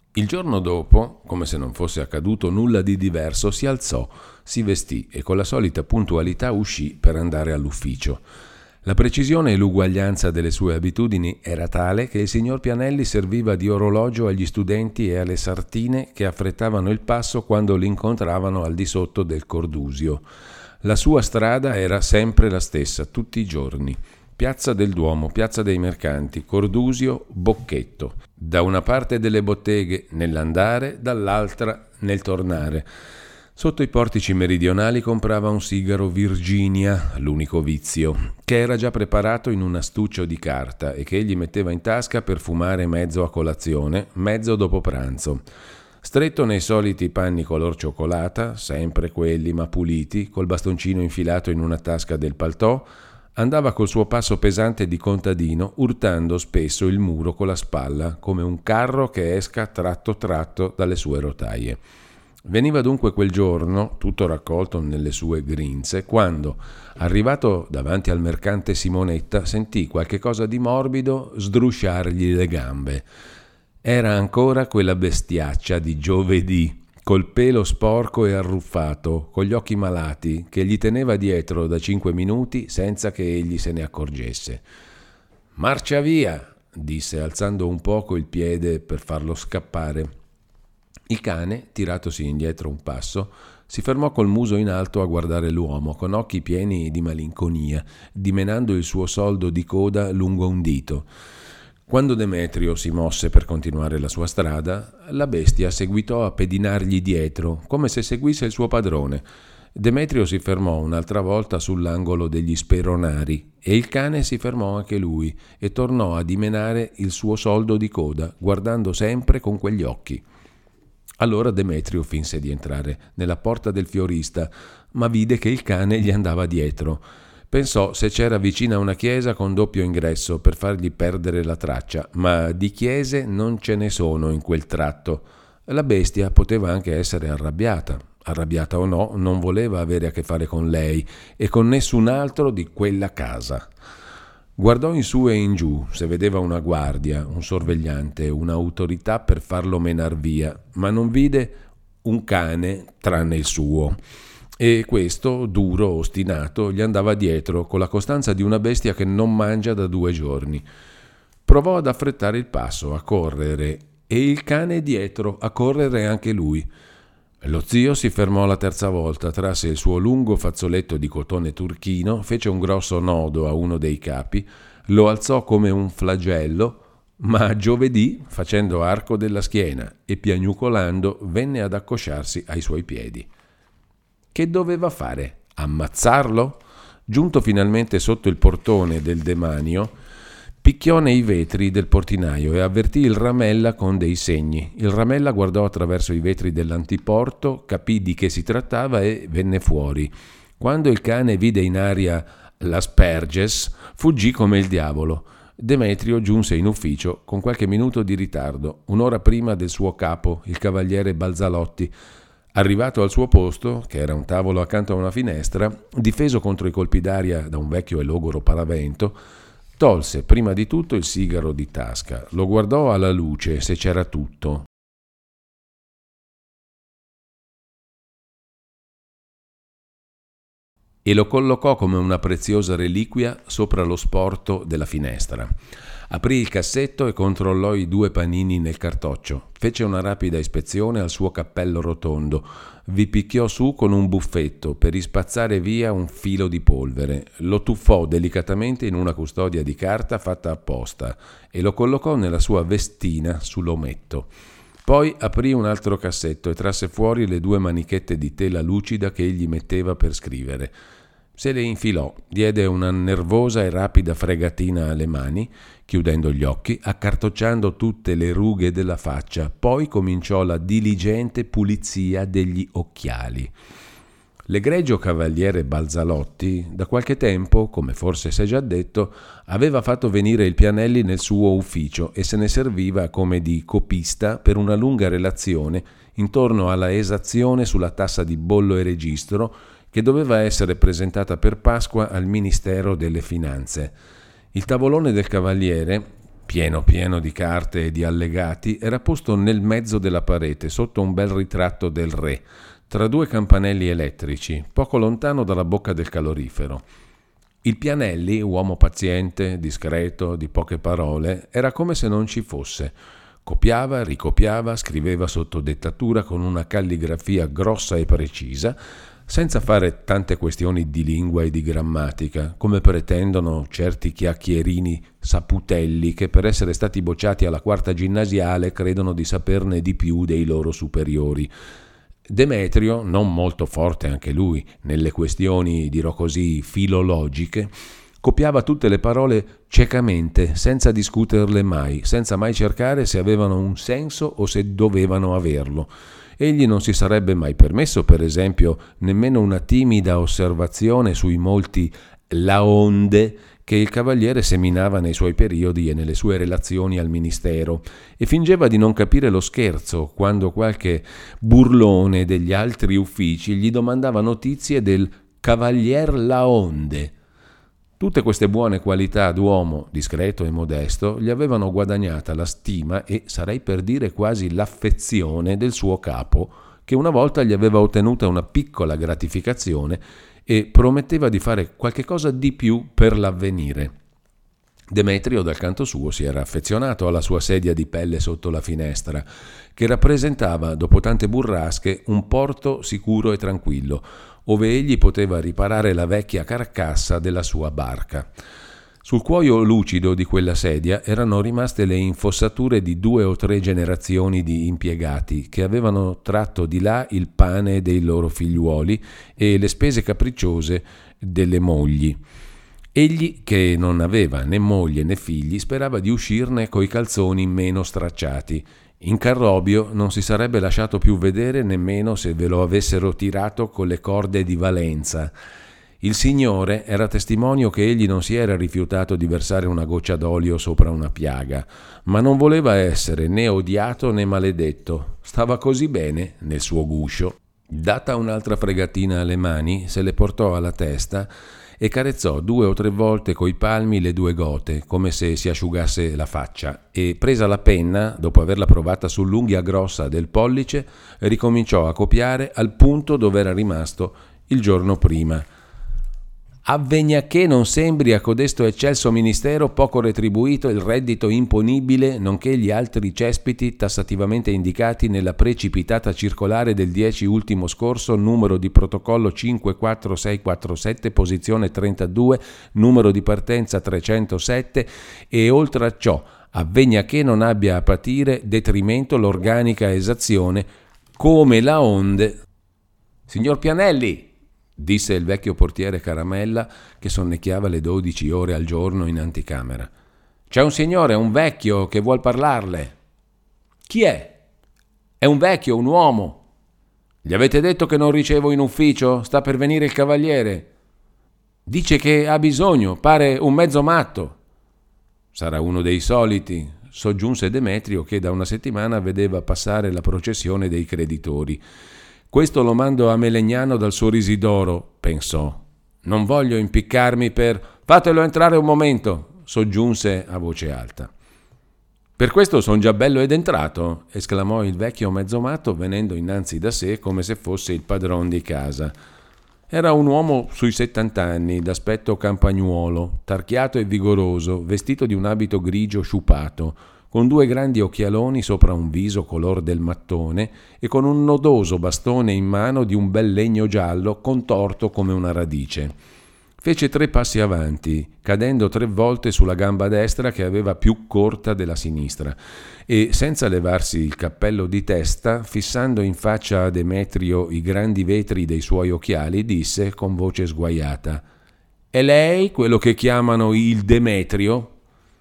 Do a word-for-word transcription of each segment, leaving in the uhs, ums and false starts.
Il giorno dopo, come se non fosse accaduto nulla di diverso, si alzò, si vestì e con la solita puntualità uscì per andare all'ufficio. La precisione e l'uguaglianza delle sue abitudini era tale che il signor Pianelli serviva di orologio agli studenti e alle sartine che affrettavano il passo quando l'incontravano al di sotto del Cordusio. La sua strada era sempre la stessa, tutti i giorni. Piazza del Duomo, Piazza dei Mercanti, Cordusio, Bocchetto. Da una parte delle botteghe nell'andare, dall'altra nel tornare. Sotto i portici meridionali comprava un sigaro Virginia, l'unico vizio, che era già preparato in un astuccio di carta e che egli metteva in tasca per fumare mezzo a colazione, mezzo dopo pranzo. Stretto nei soliti panni color cioccolata, sempre quelli ma puliti, col bastoncino infilato in una tasca del paltò, andava col suo passo pesante di contadino, urtando spesso il muro con la spalla, come un carro che esca tratto tratto dalle sue rotaie. Veniva dunque quel giorno, tutto raccolto nelle sue grinze, quando, arrivato davanti al mercante Simonetta, sentì qualche cosa di morbido sdrusciargli le gambe. Era ancora quella bestiaccia di giovedì, col pelo sporco e arruffato, con gli occhi malati, che gli teneva dietro da cinque minuti senza che egli se ne accorgesse. «Marcia via!» disse, alzando un poco il piede per farlo scappare. Il cane, tiratosi indietro un passo, si fermò col muso in alto a guardare l'uomo, con occhi pieni di malinconia, dimenando il suo soldo di coda lungo un dito. Quando Demetrio si mosse per continuare la sua strada, la bestia seguitò a pedinargli dietro, come se seguisse il suo padrone. Demetrio si fermò un'altra volta sull'angolo degli speronari e il cane si fermò anche lui e tornò a dimenare il suo soldo di coda, guardando sempre con quegli occhi. Allora Demetrio finse di entrare nella porta del fiorista, ma vide che il cane gli andava dietro. Pensò se c'era vicina una chiesa con doppio ingresso per fargli perdere la traccia, ma di chiese non ce ne sono in quel tratto. La bestia poteva anche essere arrabbiata. Arrabbiata o no, non voleva avere a che fare con lei e con nessun altro di quella casa. Guardò in su e in giù se vedeva una guardia, un sorvegliante, un'autorità per farlo menar via, ma non vide un cane tranne il suo. E questo, duro, ostinato, gli andava dietro con la costanza di una bestia che non mangia da due giorni. Provò ad affrettare il passo, a correre, e il cane dietro, a correre anche lui. Lo zio si fermò la terza volta, trasse il suo lungo fazzoletto di cotone turchino, fece un grosso nodo a uno dei capi, lo alzò come un flagello, ma giovedì, facendo arco della schiena e piagnucolando, venne ad accosciarsi ai suoi piedi. Che doveva fare? Ammazzarlo? Giunto finalmente sotto il portone del demanio, picchiò nei vetri del portinaio e avvertì il Ramella con dei segni. Il Ramella guardò attraverso i vetri dell'antiporto, capì di che si trattava e venne fuori. Quando il cane vide in aria l'Asperges, fuggì come il diavolo. Demetrio giunse in ufficio con qualche minuto di ritardo, un'ora prima del suo capo, il cavaliere Balzalotti. Arrivato al suo posto, che era un tavolo accanto a una finestra, difeso contro i colpi d'aria da un vecchio e logoro paravento, tolse prima di tutto il sigaro di tasca, lo guardò alla luce se c'era tutto. E lo collocò come una preziosa reliquia sopra lo sporto della finestra. Aprì il cassetto e controllò i due panini nel cartoccio. Fece una rapida ispezione al suo cappello rotondo. Vi picchiò su con un buffetto per rispazzare via un filo di polvere. Lo tuffò delicatamente in una custodia di carta fatta apposta e lo collocò nella sua vestina sull'ometto. Poi aprì un altro cassetto e trasse fuori le due manichette di tela lucida che egli metteva per scrivere. Se le infilò, diede una nervosa e rapida fregatina alle mani, chiudendo gli occhi, accartocciando tutte le rughe della faccia, poi cominciò la diligente pulizia degli occhiali. L'egregio cavaliere Balzalotti, da qualche tempo, come forse s'è già detto, aveva fatto venire il Pianelli nel suo ufficio e se ne serviva come di copista per una lunga relazione intorno alla esazione sulla tassa di bollo e registro che doveva essere presentata per Pasqua al Ministero delle Finanze. Il tavolone del cavaliere, pieno pieno di carte e di allegati, era posto nel mezzo della parete, sotto un bel ritratto del re, tra due campanelli elettrici, poco lontano dalla bocca del calorifero. Il Pianelli, uomo paziente, discreto, di poche parole, era come se non ci fosse. Copiava, ricopiava, scriveva sotto dettatura con una calligrafia grossa e precisa, senza fare tante questioni di lingua e di grammatica, come pretendono certi chiacchierini saputelli che per essere stati bocciati alla quarta ginnasiale credono di saperne di più dei loro superiori. Demetrio, non molto forte anche lui nelle questioni, dirò così, filologiche, copiava tutte le parole ciecamente, senza discuterle mai, senza mai cercare se avevano un senso o se dovevano averlo. Egli non si sarebbe mai permesso, per esempio, nemmeno una timida osservazione sui molti laonde che il cavaliere seminava nei suoi periodi e nelle sue relazioni al ministero, e fingeva di non capire lo scherzo quando qualche burlone degli altri uffici gli domandava notizie del cavalier Laonde. Tutte queste buone qualità d'uomo discreto e modesto gli avevano guadagnata la stima e, sarei per dire quasi l'affezione del suo capo, che una volta gli aveva ottenuta una piccola gratificazione e prometteva di fare qualche cosa di più per l'avvenire. Demetrio, dal canto suo, si era affezionato alla sua sedia di pelle sotto la finestra, che rappresentava, dopo tante burrasche, un porto sicuro e tranquillo, ove egli poteva riparare la vecchia carcassa della sua barca. Sul cuoio lucido di quella sedia erano rimaste le infossature di due o tre generazioni di impiegati che avevano tratto di là il pane dei loro figliuoli e le spese capricciose delle mogli. Egli, che non aveva né moglie né figli, sperava di uscirne coi calzoni meno stracciati. In Carrobio non si sarebbe lasciato più vedere nemmeno se ve lo avessero tirato con le corde di Valenza. Il Signore era testimonio che egli non si era rifiutato di versare una goccia d'olio sopra una piaga, ma non voleva essere né odiato né maledetto. Stava così bene nel suo guscio. Data un'altra fregatina alle mani, se le portò alla testa e carezzò due o tre volte coi palmi le due gote, come se si asciugasse la faccia, e presa la penna, dopo averla provata sull'unghia grossa del pollice, ricominciò a copiare al punto dove era rimasto il giorno prima. Avvegna che non sembri a codesto eccelso ministero poco retribuito il reddito imponibile, nonché gli altri cespiti tassativamente indicati nella precipitata circolare del dieci ultimo scorso, numero di protocollo cinque quattro sei quattro sette, posizione trentadue, numero di partenza trecentosette, e oltre a ciò avvegna che non abbia a patire detrimento l'organica esazione come la onde. Signor Pianelli, disse il vecchio portiere Caramella, che sonnecchiava le dodici ore al giorno in anticamera. C'è un signore, un vecchio, che vuol parlarle. Chi è? È un vecchio, un uomo. Gli avete detto che non ricevo in ufficio? Sta per venire il cavaliere. Dice che ha bisogno, pare un mezzo matto. Sarà uno dei soliti, soggiunse Demetrio, che da una settimana vedeva passare la processione dei creditori. Questo lo mando a Melegnano dal suo Risidoro, pensò. Non voglio impiccarmi per... Fatelo entrare un momento, soggiunse a voce alta. Per questo son già bello ed entrato, esclamò il vecchio mezzomatto venendo innanzi da sé come se fosse il padron di casa. Era un uomo sui settant'anni, d'aspetto campagnuolo, tarchiato e vigoroso, vestito di un abito grigio sciupato, con due grandi occhialoni sopra un viso color del mattone e con un nodoso bastone in mano di un bel legno giallo contorto come una radice. Fece tre passi avanti, cadendo tre volte sulla gamba destra che aveva più corta della sinistra, e senza levarsi il cappello di testa, fissando in faccia a Demetrio i grandi vetri dei suoi occhiali, disse con voce sguaiata: «È lei quello che chiamano il Demetrio?»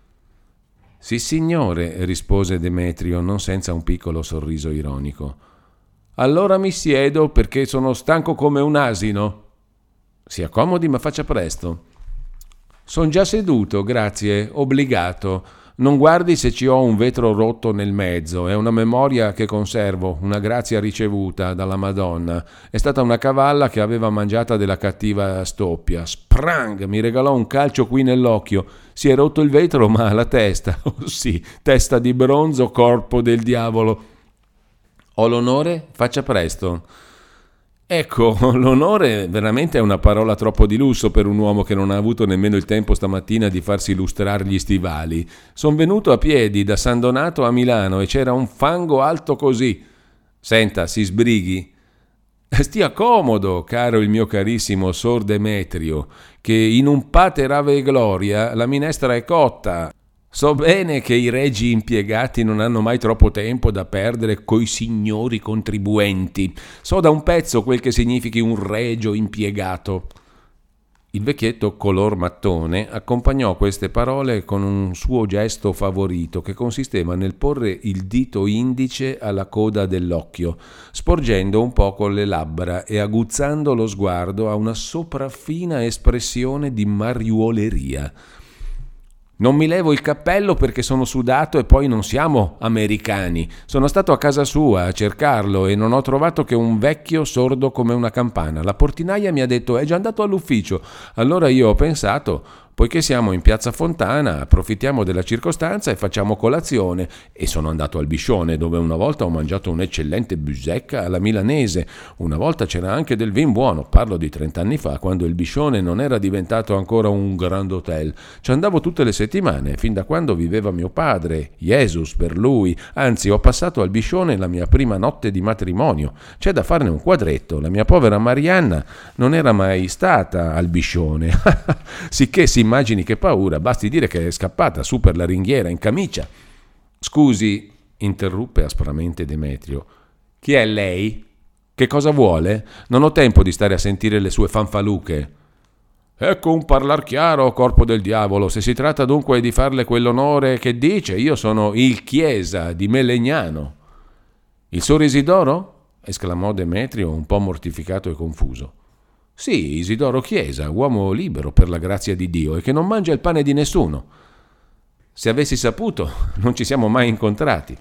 «Sì, signore», rispose Demetrio, non senza un piccolo sorriso ironico. «Allora mi siedo perché sono stanco come un asino». «Si accomodi, ma faccia presto». «Son già seduto, grazie, obbligato. Non guardi se ci ho un vetro rotto nel mezzo, è una memoria che conservo, una grazia ricevuta dalla Madonna. È stata una cavalla che aveva mangiata della cattiva stoppia. Sprang! Mi regalò un calcio qui nell'occhio. Si è rotto il vetro, ma la testa, oh sì, testa di bronzo, corpo del diavolo. Ho l'onore? Faccia presto. Ecco, l'onore veramente è una parola troppo di lusso per un uomo che non ha avuto nemmeno il tempo stamattina di farsi lustrare gli stivali. Sono venuto a piedi da San Donato a Milano e c'era un fango alto così. Senta, si sbrighi. Stia comodo, caro il mio carissimo Sor Demetrio, che in un pater ave gloria la minestra è cotta. So bene che i regi impiegati non hanno mai troppo tempo da perdere coi signori contribuenti. So da un pezzo quel che significhi un regio impiegato. Il vecchietto color mattone accompagnò queste parole con un suo gesto favorito che consisteva nel porre il dito indice alla coda dell'occhio, sporgendo un poco le labbra e aguzzando lo sguardo a una sopraffina espressione di mariuoleria. Non mi levo il cappello perché sono sudato e poi non siamo americani. Sono stato a casa sua a cercarlo e non ho trovato che un vecchio sordo come una campana. La portinaia mi ha detto è già andato all'ufficio. Allora io ho pensato, poiché siamo in piazza Fontana, approfittiamo della circostanza e facciamo colazione. E sono andato al Biscione, dove una volta ho mangiato un'eccellente busecca alla milanese. Una volta c'era anche del vin buono, parlo di trent'anni fa, quando il Biscione non era diventato ancora un grand hotel. Ci andavo tutte le settimane, fin da quando viveva mio padre, Jesus per lui. Anzi, ho passato al Biscione la mia prima notte di matrimonio. C'è da farne un quadretto. La mia povera Marianna non era mai stata al Biscione. Sicché si immagini che paura, basti dire che è scappata su per la ringhiera in camicia. Scusi, interruppe aspramente Demetrio, chi è lei? Che cosa vuole? Non ho tempo di stare a sentire le sue fanfaluche. Ecco un parlar chiaro, corpo del diavolo, se si tratta dunque di farle quell'onore che dice, io sono il Chiesa di Melegnano. Il Sor Isidoro? Esclamò Demetrio un po' mortificato e confuso. Sì, Isidoro Chiesa, uomo libero per la grazia di Dio e che non mangia il pane di nessuno. Se avessi saputo, non ci siamo mai incontrati.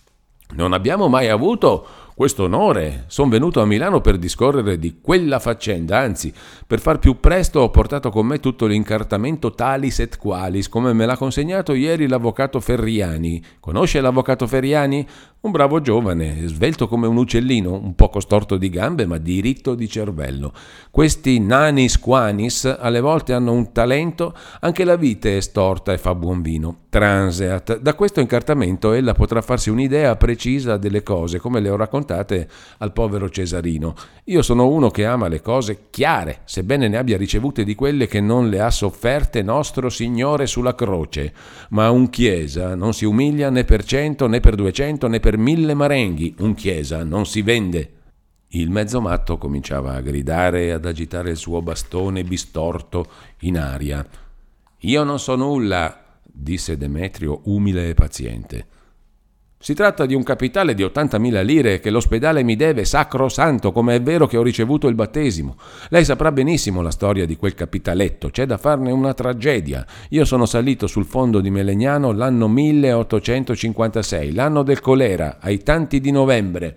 Non abbiamo mai avuto questo onore. Sono venuto a Milano per discorrere di quella faccenda, anzi, per far più presto ho portato con me tutto l'incartamento talis et qualis, come me l'ha consegnato ieri l'avvocato Ferriani. Conosce l'avvocato Ferriani? Un bravo giovane, svelto come un uccellino, un poco storto di gambe ma diritto di cervello. Questi nanis quanis alle volte hanno un talento, anche la vite è storta e fa buon vino. Transeat. Da questo incartamento ella potrà farsi un'idea precisa delle cose, come le ho raccontate al povero Cesarino. Io sono uno che ama le cose chiare, sebbene ne abbia ricevute di quelle che non le ha sofferte nostro Signore sulla croce. Ma un Chiesa non si umilia né per cento, né per duecento, né per mille marenghi. Un Chiesa non si vende. Il mezzo matto cominciava a gridare e ad agitare il suo bastone bistorto in aria. Io non so nulla, disse Demetrio umile e paziente. Si tratta di un capitale di ottantamila lire che l'ospedale mi deve sacrosanto, come è vero che ho ricevuto il battesimo. Lei saprà benissimo la storia di quel capitaletto, c'è da farne una tragedia. Io sono salito sul fondo di Melegnano l'anno milleottocentocinquantasei, l'anno del colera, ai tanti di novembre.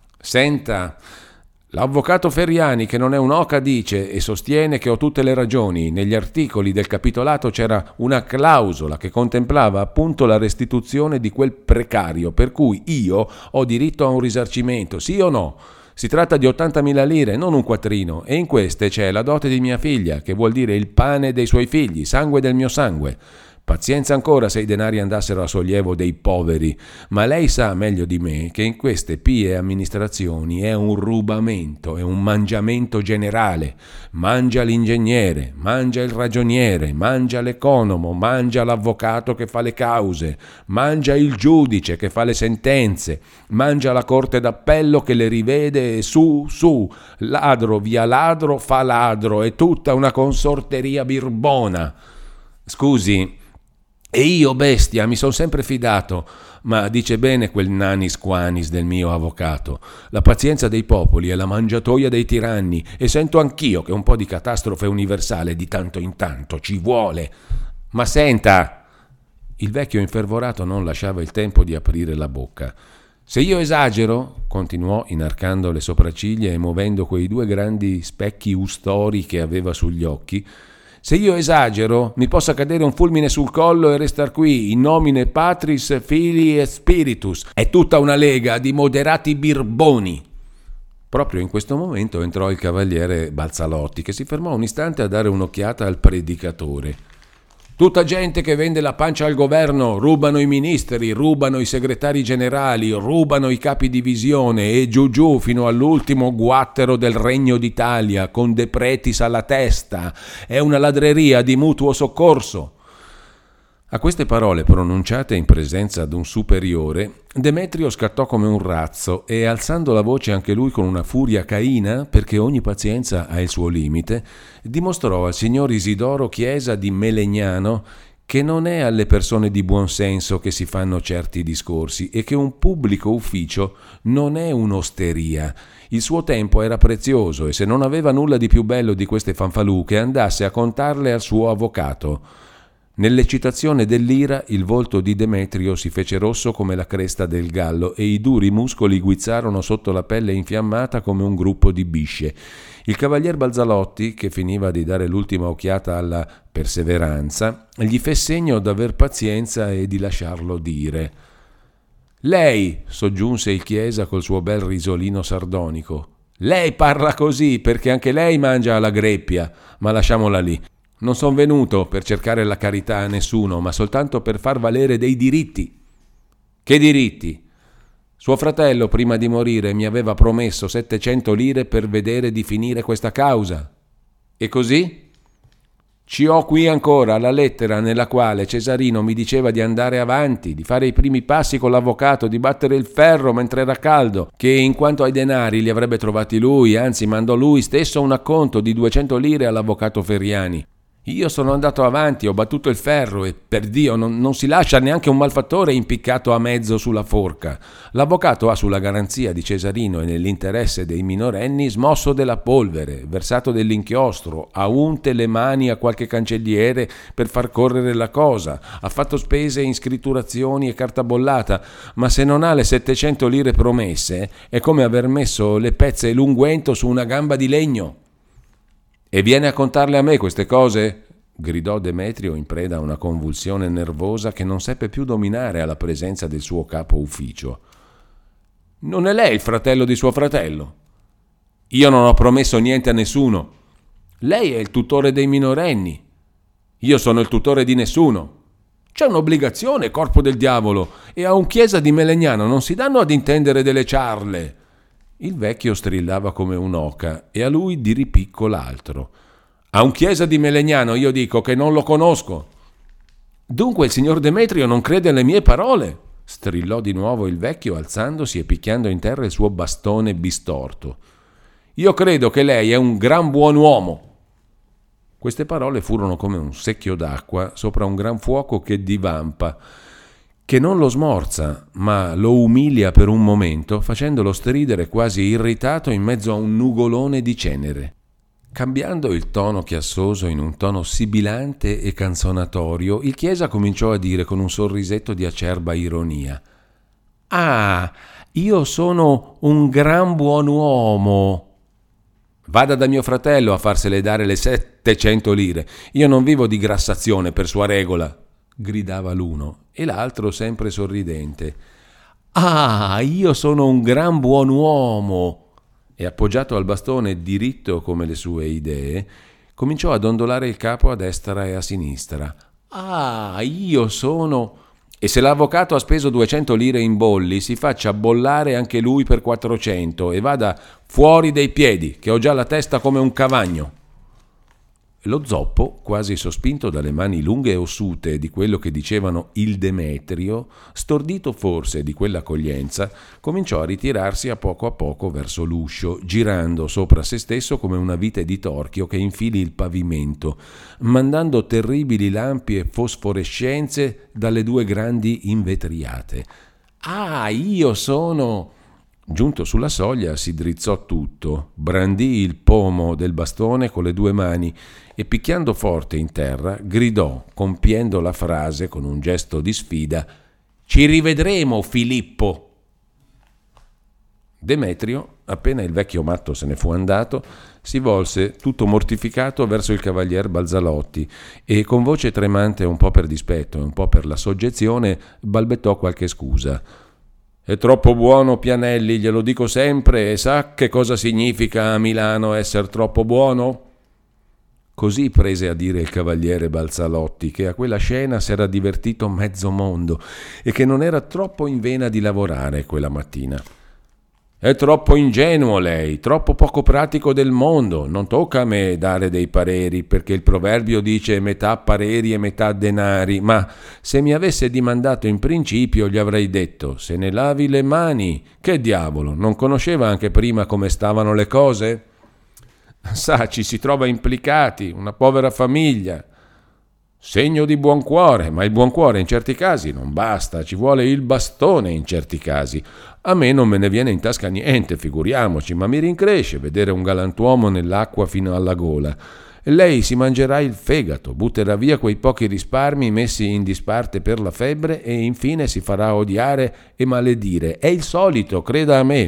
Senta, l'avvocato Ferriani, che non è un'oca, dice e sostiene che ho tutte le ragioni. Negli articoli del capitolato c'era una clausola che contemplava appunto la restituzione di quel precario, per cui io ho diritto a un risarcimento, sì o no? Si tratta di ottantamila lire, non un quattrino, e in queste c'è la dote di mia figlia, che vuol dire il pane dei suoi figli, sangue del mio sangue. Pazienza ancora se i denari andassero a sollievo dei poveri, ma lei sa meglio di me che in queste pie amministrazioni è un rubamento, è un mangiamento generale. Mangia l'ingegnere, mangia il ragioniere, mangia l'economo, mangia l'avvocato che fa le cause, mangia il giudice che fa le sentenze, mangia la corte d'appello che le rivede e su, su, ladro via ladro fa ladro, è tutta una consorteria birbona. Scusi, e io, bestia, mi sono sempre fidato, ma dice bene quel nanis quanis del mio avvocato. La pazienza dei popoli è la mangiatoia dei tiranni e sento anch'io che un po' di catastrofe universale di tanto in tanto ci vuole. Ma senta, Il vecchio infervorato non lasciava il tempo di aprire la bocca. «Se io esagero», continuò inarcando le sopracciglia e muovendo quei due grandi specchi ustori che aveva sugli occhi, «se io esagero mi possa cadere un fulmine sul collo e restar qui, in nomine Patris, Filii e Spiritus. È tutta una lega di moderati birboni». Proprio in questo momento entrò il cavaliere Balzalotti, che si fermò un istante a dare un'occhiata al predicatore. «Tutta gente che vende la pancia al governo, rubano i ministri, rubano i segretari generali, rubano i capi divisione e giù giù fino all'ultimo guattero del Regno d'Italia, con De Pretis alla testa. È una ladreria di mutuo soccorso». A queste parole pronunciate in presenza d'un superiore, Demetrio scattò come un razzo e, alzando la voce anche lui con una furia caina, perché ogni pazienza ha il suo limite, dimostrò al signor Isidoro Chiesa di Melegnano che non è alle persone di buon senso che si fanno certi discorsi e che un pubblico ufficio non è un'osteria. Il suo tempo era prezioso e se non aveva nulla di più bello di queste fanfaluche andasse a contarle al suo avvocato. Nell'eccitazione dell'ira il volto di Demetrio si fece rosso come la cresta del gallo e i duri muscoli guizzarono sotto la pelle infiammata come un gruppo di bisce. Il cavalier Balzalotti, che finiva di dare l'ultima occhiata alla perseveranza, gli fe segno d'aver pazienza e di lasciarlo dire. «Lei», soggiunse il Chiesa col suo bel risolino sardonico, «lei parla così perché anche lei mangia alla greppia, ma lasciamola lì. Non son venuto per cercare la carità a nessuno, ma soltanto per far valere dei diritti». «Che diritti?» «Suo fratello, prima di morire, mi aveva promesso settecento lire per vedere di finire questa causa». «E così?» «Ci ho qui ancora la lettera nella quale Cesarino mi diceva di andare avanti, di fare i primi passi con l'avvocato, di battere il ferro mentre era caldo, che in quanto ai denari li avrebbe trovati lui, anzi mandò lui stesso un acconto di duecento lire all'avvocato Feriani. Io sono andato avanti, ho battuto il ferro e, per Dio, non, non si lascia neanche un malfattore impiccato a mezzo sulla forca. L'avvocato ha sulla garanzia di Cesarino e nell'interesse dei minorenni smosso della polvere, versato dell'inchiostro, ha unte le mani a qualche cancelliere per far correre la cosa, ha fatto spese in scritturazioni e carta bollata, ma se non ha le settecento lire promesse è come aver messo le pezze e l'unguento su una gamba di legno». «E viene a contarle a me queste cose?» gridò Demetrio in preda a una convulsione nervosa che non seppe più dominare alla presenza del suo capo ufficio. «Non è lei il fratello di suo fratello?» «Io non ho promesso niente a nessuno. Lei è il tutore dei minorenni. Io sono il tutore di nessuno. C'è un'obbligazione, corpo del diavolo, e a un Chiesa di Melegnano non si danno ad intendere delle ciarle». Il vecchio strillava come un'oca e a lui di ripicco l'altro. «A un Chiesa di Melegnano io dico che non lo conosco». «Dunque il signor Demetrio non crede alle mie parole?» strillò di nuovo il vecchio alzandosi e picchiando in terra il suo bastone bistorto. «Io credo che lei è un gran buon uomo». Queste parole furono come un secchio d'acqua sopra un gran fuoco che divampa, che non lo smorza, ma lo umilia per un momento, facendolo stridere quasi irritato in mezzo a un nugolone di cenere. Cambiando il tono chiassoso in un tono sibilante e canzonatorio, il Chiesa cominciò a dire con un sorrisetto di acerba ironia: «Ah, io sono un gran buon uomo». «Vada da mio fratello a farsele dare le settecento lire. Io non vivo di grassazione per sua regola», gridava l'uno, e l'altro sempre sorridente: «Ah, io sono un gran buon uomo», e appoggiato al bastone diritto come le sue idee, cominciò a dondolare il capo a destra e a sinistra. «Ah, io sono...» «E se l'avvocato ha speso duecento lire in bolli, si faccia bollare anche lui per quattrocento e vada fuori dei piedi, che ho già la testa come un cavagno». Lo zoppo, quasi sospinto dalle mani lunghe e ossute di quello che dicevano il Demetrio, stordito forse di quell'accoglienza, cominciò a ritirarsi a poco a poco verso l'uscio, girando sopra se stesso come una vite di torchio che infili il pavimento, mandando terribili lampi e fosforescenze dalle due grandi invetriate. «Ah, io sono...» Giunto sulla soglia si drizzò tutto, brandì il pomo del bastone con le due mani e picchiando forte in terra gridò, compiendo la frase con un gesto di sfida: «Ci rivedremo, Filippo!» Demetrio, appena il vecchio matto se ne fu andato, si volse tutto mortificato verso il cavalier Balzalotti e con voce tremante, un po' per dispetto e un po' per la soggezione, balbettò qualche scusa. «È troppo buono Pianelli, glielo dico sempre, e sa che cosa significa a Milano essere troppo buono?» Così prese a dire il cavaliere Balzalotti, che a quella scena s'era divertito mezzo mondo e che non era troppo in vena di lavorare quella mattina. «È troppo ingenuo lei, troppo poco pratico del mondo, non tocca a me dare dei pareri, perché il proverbio dice metà pareri e metà denari, ma se mi avesse dimandato in principio gli avrei detto: se ne lavi le mani, che diavolo, non conosceva anche prima come stavano le cose? Sa, ci si trova implicati, una povera famiglia». «Segno di buon cuore, ma il buon cuore in certi casi non basta, ci vuole il bastone in certi casi. A me non me ne viene in tasca niente, figuriamoci, ma mi rincresce vedere un galantuomo nell'acqua fino alla gola. E lei si mangerà il fegato, butterà via quei pochi risparmi messi in disparte per la febbre e infine si farà odiare e maledire. È il solito, creda a me».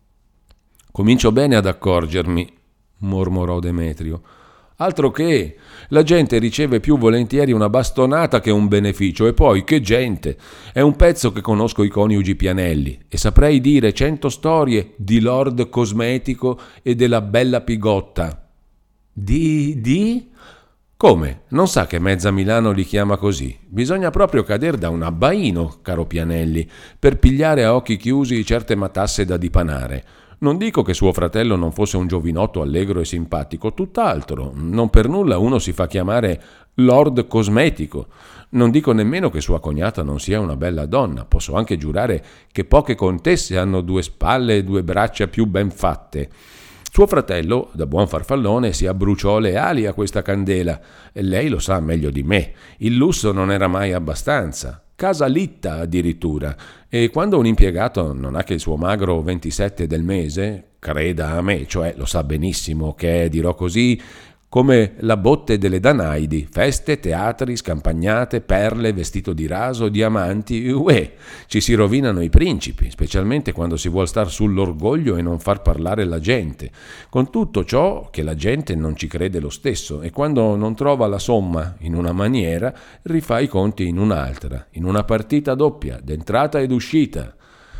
«Comincio bene ad accorgermi», mormorò Demetrio. «Altro che, la gente riceve più volentieri una bastonata che un beneficio, e poi che gente! È un pezzo che conosco i coniugi Pianelli e saprei dire cento storie di Lord Cosmetico e della bella Pigotta». «Di... di...?» «Come? Non sa che mezza Milano li chiama così? Bisogna proprio cader da un abbaino, caro Pianelli, per pigliare a occhi chiusi certe matasse da dipanare. Non dico che suo fratello non fosse un giovinotto allegro e simpatico, tutt'altro. Non per nulla uno si fa chiamare Lord Cosmetico. Non dico nemmeno che sua cognata non sia una bella donna. Posso anche giurare che poche contesse hanno due spalle e due braccia più ben fatte. Suo fratello, da buon farfallone, si abbruciò le ali a questa candela, e lei lo sa meglio di me. Il lusso non era mai abbastanza. Casa litta addirittura, e quando un impiegato non ha che il suo magro ventisette del mese, creda a me, cioè lo sa benissimo che è, dirò così, come la botte delle Danaidi, feste, teatri, scampagnate, perle, vestito di raso, diamanti, uè, ci si rovinano i principi, specialmente quando si vuol star sull'orgoglio e non far parlare la gente. Con tutto ciò che la gente non ci crede lo stesso, e quando non trova la somma in una maniera, rifà i conti in un'altra, in una partita doppia, d'entrata ed uscita.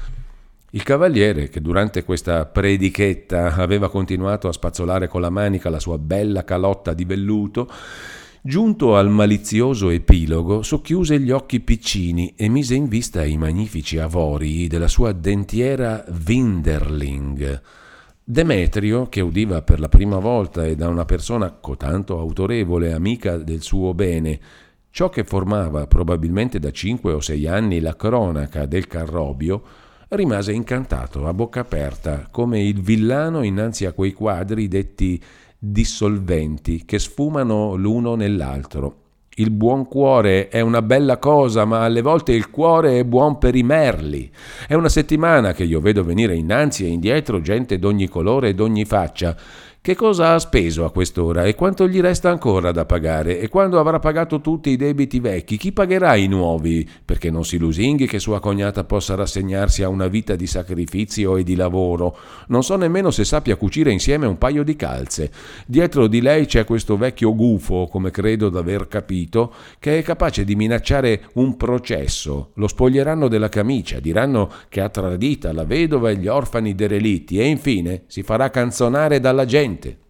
Il cavaliere, che durante questa predichetta aveva continuato a spazzolare con la manica la sua bella calotta di velluto, giunto al malizioso epilogo, socchiuse gli occhi piccini e mise in vista i magnifici avorii della sua dentiera Winderling. Demetrio, che udiva per la prima volta e da una persona cotanto autorevole, amica del suo bene, ciò che formava probabilmente da cinque o sei anni la cronaca del Carrobio, rimase incantato, a bocca aperta, come il villano innanzi a quei quadri detti dissolventi che sfumano l'uno nell'altro. Il buon cuore è una bella cosa, ma alle volte il cuore è buon per i merli. È una settimana che io vedo venire innanzi e indietro gente d'ogni colore e d'ogni faccia. Che cosa ha speso a quest'ora e quanto gli resta ancora da pagare? E quando avrà pagato tutti i debiti vecchi, chi pagherà i nuovi? Perché non si lusinghi che sua cognata possa rassegnarsi a una vita di sacrificio e di lavoro. Non so nemmeno se sappia cucire insieme un paio di calze. Dietro di lei c'è questo vecchio gufo, come credo d'aver capito, che è capace di minacciare un processo. Lo spoglieranno della camicia, diranno che ha tradita la vedova e gli orfani derelitti e infine si farà canzonare dalla gente.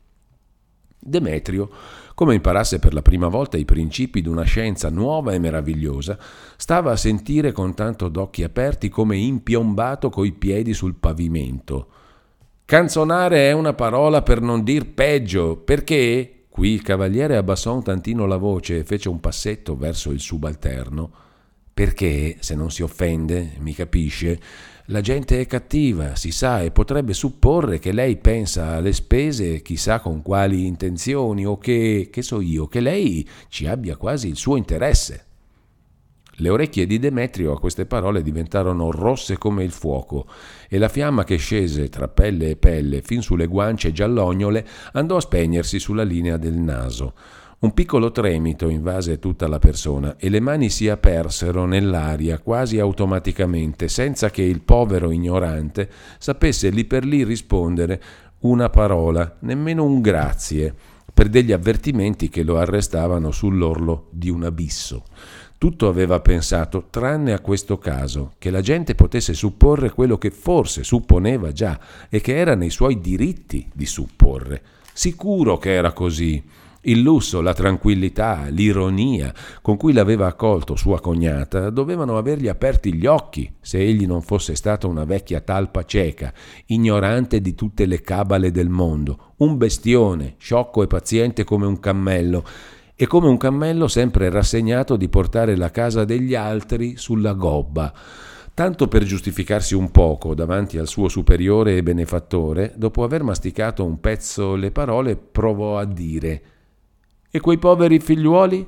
Demetrio, come imparasse per la prima volta i principi d'una scienza nuova e meravigliosa, stava a sentire con tanto d'occhi aperti come impiombato coi piedi sul pavimento. Canzonare è una parola per non dir peggio, perché, qui il cavaliere abbassò un tantino la voce e fece un passetto verso il subalterno, perché, se non si offende, mi capisce, la gente è cattiva, si sa, e potrebbe supporre che lei pensa alle spese chissà con quali intenzioni, o che, che so io, che lei ci abbia quasi il suo interesse. Le orecchie di Demetrio a queste parole diventarono rosse come il fuoco e la fiamma che scese tra pelle e pelle fin sulle guance giallognole andò a spegnersi sulla linea del naso. Un piccolo tremito invase tutta la persona e le mani si apersero nell'aria quasi automaticamente, senza che il povero ignorante sapesse lì per lì rispondere una parola, nemmeno un grazie, per degli avvertimenti che lo arrestavano sull'orlo di un abisso. Tutto aveva pensato, tranne a questo caso, che la gente potesse supporre quello che forse supponeva già e che era nei suoi diritti di supporre. Sicuro che era così. Il lusso, la tranquillità, l'ironia con cui l'aveva accolto sua cognata dovevano avergli aperti gli occhi se egli non fosse stata una vecchia talpa cieca, ignorante di tutte le cabale del mondo, un bestione, sciocco e paziente come un cammello, e come un cammello sempre rassegnato di portare la casa degli altri sulla gobba. Tanto per giustificarsi un poco davanti al suo superiore e benefattore, dopo aver masticato un pezzo le parole, provò a dire: «E quei poveri figliuoli?»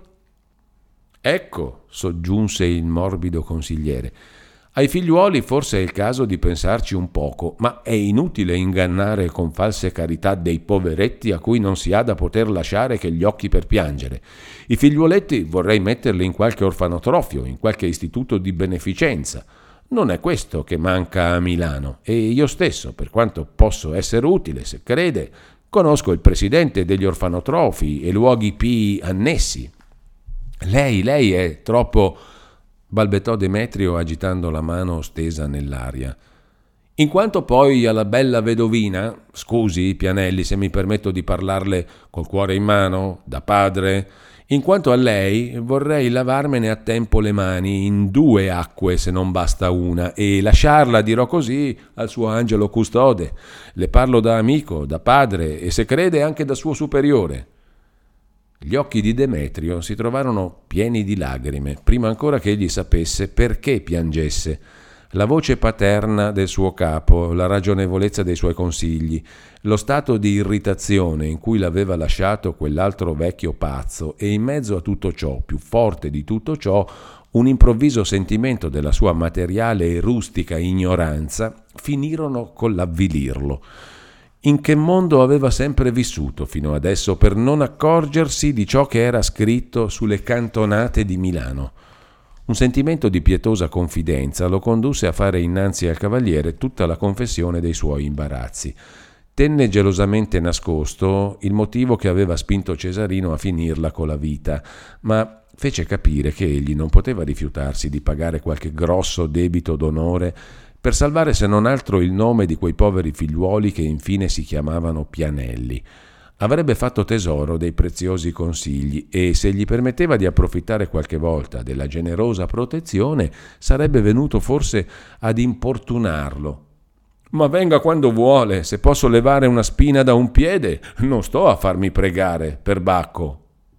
«Ecco», soggiunse il morbido consigliere, «ai figliuoli forse è il caso di pensarci un poco, ma è inutile ingannare con false carità dei poveretti a cui non si ha da poter lasciare che gli occhi per piangere. I figliuoletti vorrei metterli in qualche orfanotrofio, in qualche istituto di beneficenza. Non è questo che manca a Milano, e io stesso, per quanto posso essere utile, se crede, conosco il presidente degli orfanotrofi e luoghi pii annessi». «Lei, lei è troppo...» balbettò Demetrio agitando la mano stesa nell'aria. «In quanto poi alla bella vedovina, scusi, Pianelli, se mi permetto di parlarle col cuore in mano, da padre, in quanto a lei vorrei lavarmene a tempo le mani in due acque se non basta una e lasciarla, dirò così, al suo angelo custode. Le parlo da amico, da padre e se crede anche da suo superiore». Gli occhi di Demetrio si trovarono pieni di lagrime, prima ancora che egli sapesse perché piangesse. La voce paterna del suo capo, la ragionevolezza dei suoi consigli, lo stato di irritazione in cui l'aveva lasciato quell'altro vecchio pazzo e in mezzo a tutto ciò, più forte di tutto ciò, un improvviso sentimento della sua materiale e rustica ignoranza, finirono con l'avvilirlo. In che mondo aveva sempre vissuto fino adesso per non accorgersi di ciò che era scritto sulle cantonate di Milano? Un sentimento di pietosa confidenza lo condusse a fare innanzi al cavaliere tutta la confessione dei suoi imbarazzi. Tenne gelosamente nascosto il motivo che aveva spinto Cesarino a finirla con la vita, ma fece capire che egli non poteva rifiutarsi di pagare qualche grosso debito d'onore per salvare se non altro il nome di quei poveri figliuoli che infine si chiamavano Pianelli. Avrebbe fatto tesoro dei preziosi consigli e, se gli permetteva di approfittare qualche volta della generosa protezione, sarebbe venuto forse ad importunarlo. «Ma venga quando vuole, se posso levare una spina da un piede, non sto a farmi pregare, perbacco».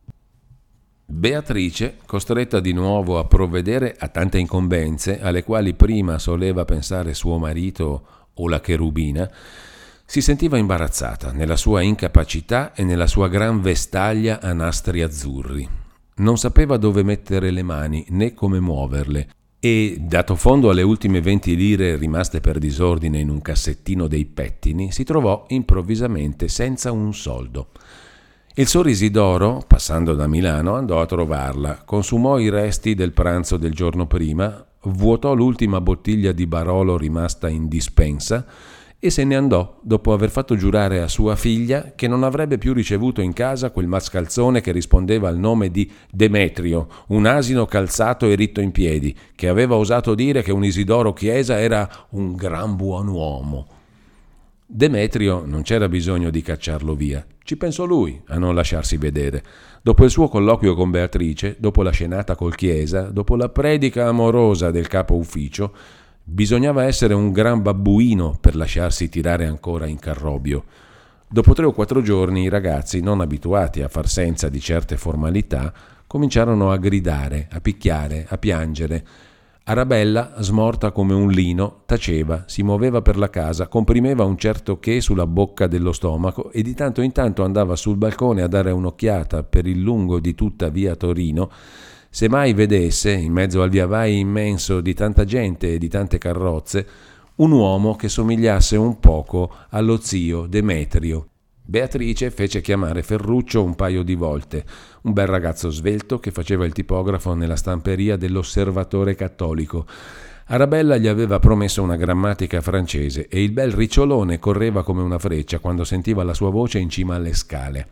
Beatrice, costretta di nuovo a provvedere a tante incombenze alle quali prima soleva pensare suo marito o la cherubina, si sentiva imbarazzata nella sua incapacità e nella sua gran vestaglia a nastri azzurri. Non sapeva dove mettere le mani né come muoverle e, dato fondo alle ultime venti lire rimaste per disordine in un cassettino dei pettini, si trovò improvvisamente senza un soldo. Il Sorrisidoro, passando da Milano, andò a trovarla, consumò i resti del pranzo del giorno prima, vuotò l'ultima bottiglia di Barolo rimasta in dispensa e se ne andò dopo aver fatto giurare a sua figlia che non avrebbe più ricevuto in casa quel mascalzone che rispondeva al nome di Demetrio, un asino calzato e ritto in piedi, che aveva osato dire che un Isidoro Chiesa era un gran buon uomo. Demetrio non c'era bisogno di cacciarlo via, ci pensò lui a non lasciarsi vedere. Dopo il suo colloquio con Beatrice, dopo la scenata col Chiesa, dopo la predica amorosa del capo ufficio, bisognava essere un gran babbuino per lasciarsi tirare ancora in carrobio. Dopo tre o quattro giorni i ragazzi, non abituati a far senza di certe formalità, cominciarono a gridare, a picchiare, a piangere. Arabella, smorta come un lino, taceva, si muoveva per la casa, comprimeva un certo che sulla bocca dello stomaco e di tanto in tanto andava sul balcone a dare un'occhiata per il lungo di tutta via Torino, Se mai vedesse, in mezzo al viavai immenso di tanta gente e di tante carrozze, un uomo che somigliasse un poco allo zio Demetrio. Beatrice fece chiamare Ferruccio un paio di volte, un bel ragazzo svelto che faceva il tipografo nella stamperia dell'Osservatore Cattolico. Arabella gli aveva promesso una grammatica francese e il bel ricciolone correva come una freccia quando sentiva la sua voce in cima alle scale.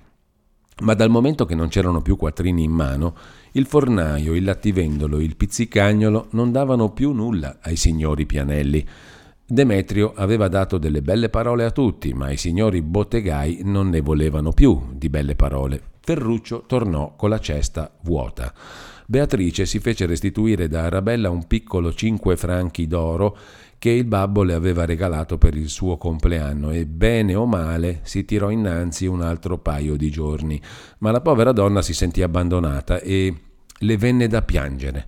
Ma dal momento che non c'erano più quattrini in mano, il fornaio, il lattivendolo, il pizzicagnolo non davano più nulla ai signori Pianelli. Demetrio aveva dato delle belle parole a tutti, ma i signori bottegai non ne volevano più di belle parole. Ferruccio tornò con la cesta vuota. Beatrice si fece restituire da Arabella un piccolo cinque franchi d'oro che il babbo le aveva regalato per il suo compleanno e bene o male si tirò innanzi un altro paio di giorni, ma la povera donna si sentì abbandonata e le venne da piangere.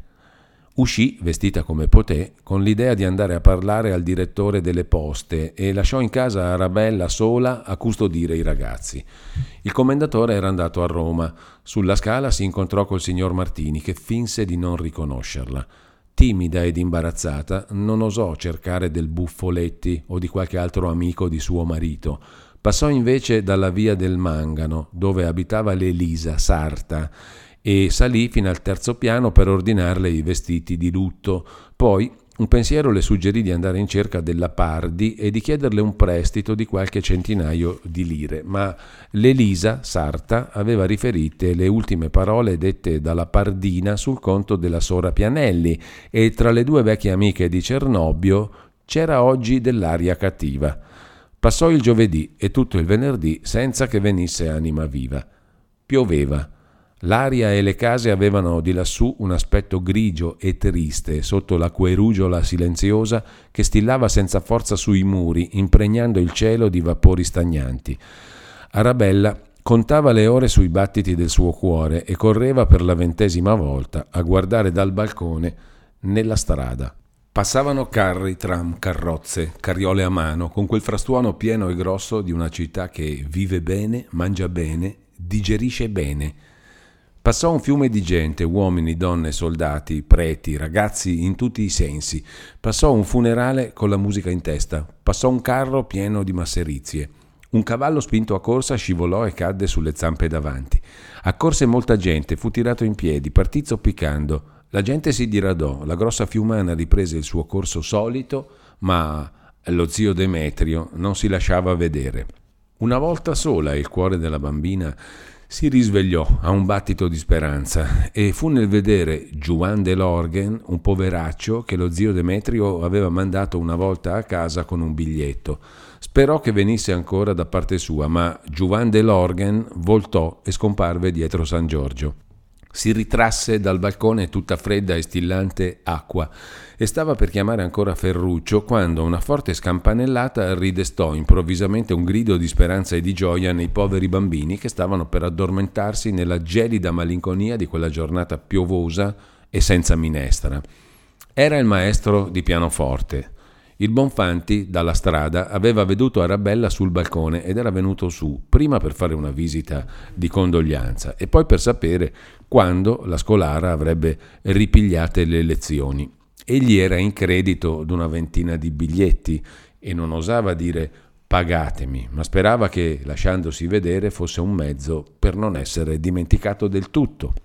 Uscì, vestita come poté, con l'idea di andare a parlare al direttore delle poste e lasciò in casa Arabella sola a custodire i ragazzi. Il commendatore era andato a Roma. Sulla scala si incontrò col signor Martini, che finse di non riconoscerla. Timida ed imbarazzata, non osò cercare del Buffoletti o di qualche altro amico di suo marito. Passò invece dalla via del Mangano, dove abitava l'Elisa sarta, e salì fino al terzo piano per ordinarle i vestiti di lutto. Poi un pensiero le suggerì di andare in cerca della Pardi e di chiederle un prestito di qualche centinaio di lire, ma l'Elisa sarta aveva riferite le ultime parole dette dalla Pardina sul conto della Sora Pianelli e tra le due vecchie amiche di Cernobbio c'era oggi dell'aria cattiva. Passò il giovedì e tutto il venerdì senza che venisse anima viva. Pioveva. L'aria e le case avevano di lassù un aspetto grigio e triste sotto la querugiola silenziosa che stillava senza forza sui muri, impregnando il cielo di vapori stagnanti. Arabella contava le ore sui battiti del suo cuore e correva per la ventesima volta a guardare dal balcone nella strada. Passavano carri, tram, carrozze, carriole a mano, con quel frastuono pieno e grosso di una città che vive bene, mangia bene, digerisce bene. Passò un fiume di gente, uomini, donne, soldati, preti, ragazzi in tutti i sensi. Passò un funerale con la musica in testa. Passò un carro pieno di masserizie. Un cavallo spinto a corsa scivolò e cadde sulle zampe davanti. Accorse molta gente, fu tirato in piedi, partì zoppicando. La gente si diradò, la grossa fiumana riprese il suo corso solito, ma lo zio Demetrio non si lasciava vedere. Una volta sola il cuore della bambina si risvegliò a un battito di speranza e fu nel vedere Juan de Lorgen, un poveraccio che lo zio Demetrio aveva mandato una volta a casa con un biglietto. Sperò che venisse ancora da parte sua, ma Juan de Lorgen voltò e scomparve dietro San Giorgio. Si ritrasse dal balcone tutta fredda e stillante acqua e stava per chiamare ancora Ferruccio quando una forte scampanellata ridestò improvvisamente un grido di speranza e di gioia nei poveri bambini che stavano per addormentarsi nella gelida malinconia di quella giornata piovosa e senza minestra. Era il maestro di pianoforte. Il Bonfanti, dalla strada, aveva veduto Arabella sul balcone ed era venuto su, prima per fare una visita di condoglianza e poi per sapere quando la scolara avrebbe ripigliate le lezioni. Egli era in credito d'una ventina di biglietti e non osava dire pagatemi, ma sperava che, lasciandosi vedere, fosse un mezzo per non essere dimenticato del tutto.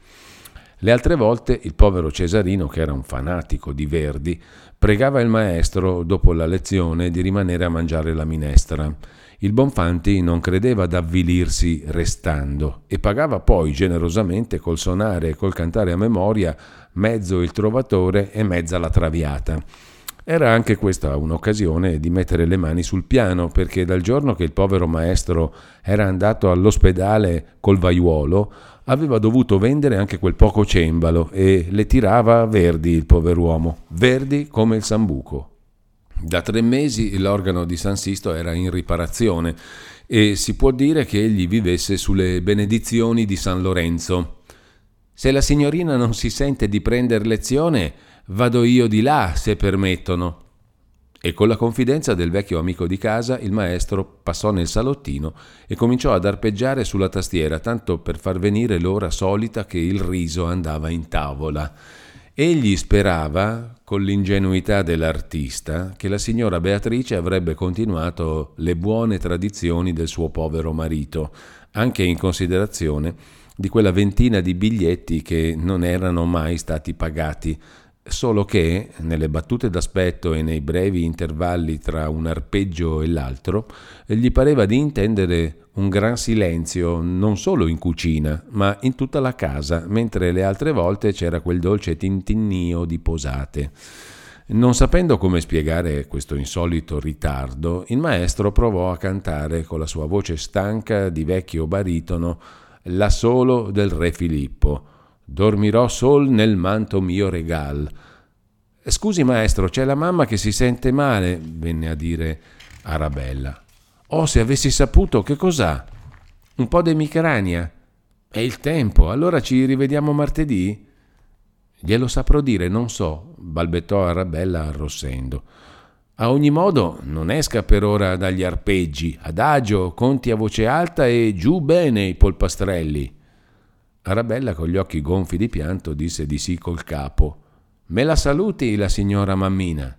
Le altre volte il povero Cesarino, che era un fanatico di Verdi, pregava il maestro dopo la lezione di rimanere a mangiare la minestra. Il Bonfanti non credeva ad avvilirsi restando e pagava poi generosamente col suonare e col cantare a memoria mezzo il Trovatore e mezza la Traviata. Era anche questa un'occasione di mettere le mani sul piano, perché dal giorno che il povero maestro era andato all'ospedale col vaiuolo aveva dovuto vendere anche quel poco cembalo e le tirava Verdi il pover'uomo, Verdi come il Sambuco. Da tre mesi l'organo di San Sisto era in riparazione e si può dire che egli vivesse sulle benedizioni di San Lorenzo. Se la signorina non si sente di prender lezione, vado io di là, se permettono. E con la confidenza del vecchio amico di casa, il maestro passò nel salottino e cominciò ad arpeggiare sulla tastiera, tanto per far venire l'ora solita che il riso andava in tavola. Egli sperava, con l'ingenuità dell'artista, che la signora Beatrice avrebbe continuato le buone tradizioni del suo povero marito, anche in considerazione di quella ventina di biglietti che non erano mai stati pagati, solo che, nelle battute d'aspetto e nei brevi intervalli tra un arpeggio e l'altro, gli pareva di intendere un gran silenzio non solo in cucina, ma in tutta la casa, mentre le altre volte c'era quel dolce tintinnio di posate. Non sapendo come spiegare questo insolito ritardo, il maestro provò a cantare con la sua voce stanca di vecchio baritono la solo del re Filippo. Dormirò sol nel manto mio regal. Scusi maestro, c'è la mamma che si sente male, venne a dire Arabella. Oh, se avessi saputo, che cos'ha? Un po' d'emicrania? È il tempo, allora ci rivediamo martedì? Glielo saprò dire, non so, balbettò Arabella arrossendo. A ogni modo, non esca per ora dagli arpeggi, adagio, conti a voce alta e giù bene i polpastrelli. Arabella, con gli occhi gonfi di pianto, disse di sì col capo. Me la saluti la signora mammina.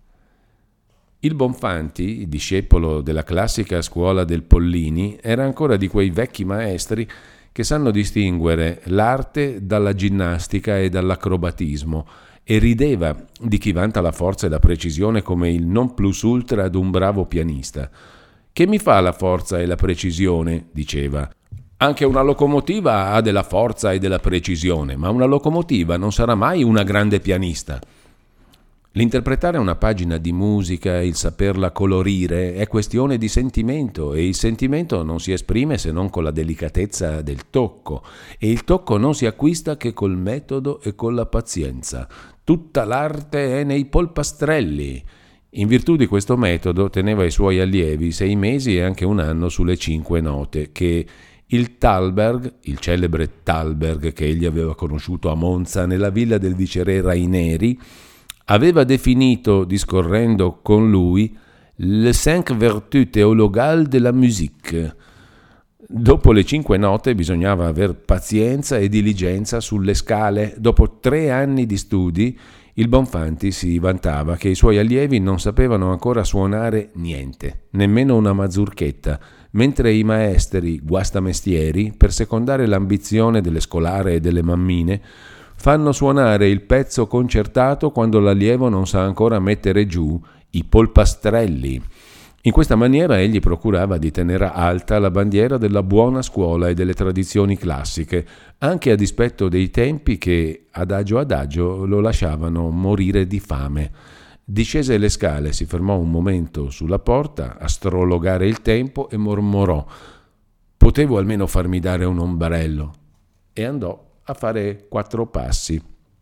Il Bonfanti, discepolo della classica scuola del Pollini, era ancora di quei vecchi maestri che sanno distinguere l'arte dalla ginnastica e dall'acrobatismo, e rideva di chi vanta la forza e la precisione come il non plus ultra d'un bravo pianista. Che mi fa la forza e la precisione? Diceva. Anche una locomotiva ha della forza e della precisione, ma una locomotiva non sarà mai una grande pianista. L'interpretare una pagina di musica, il saperla colorire, è questione di sentimento, e il sentimento non si esprime se non con la delicatezza del tocco, e il tocco non si acquista che col metodo e con la pazienza. Tutta l'arte è nei polpastrelli. In virtù di questo metodo teneva i suoi allievi sei mesi e anche un anno sulle cinque note che il Thalberg, il celebre Thalberg che egli aveva conosciuto a Monza nella villa del viceré Raineri, aveva definito, discorrendo con lui, le cinq vertus théologales de la musique. Dopo le cinque note bisognava aver pazienza e diligenza sulle scale. Dopo tre anni di studi, il Bonfanti si vantava che i suoi allievi non sapevano ancora suonare niente, nemmeno una mazurchetta, mentre i maestri guastamestieri, per secondare l'ambizione delle scolare e delle mammine, fanno suonare il pezzo concertato quando l'allievo non sa ancora mettere giù i polpastrelli. In questa maniera egli procurava di tenere alta la bandiera della buona scuola e delle tradizioni classiche, anche a dispetto dei tempi che, adagio adagio, lo lasciavano morire di fame. Discese le scale, si fermò un momento sulla porta, a strologare il tempo, e mormorò: «Potevo almeno farmi dare un ombrello», e andò a fare quattro passi.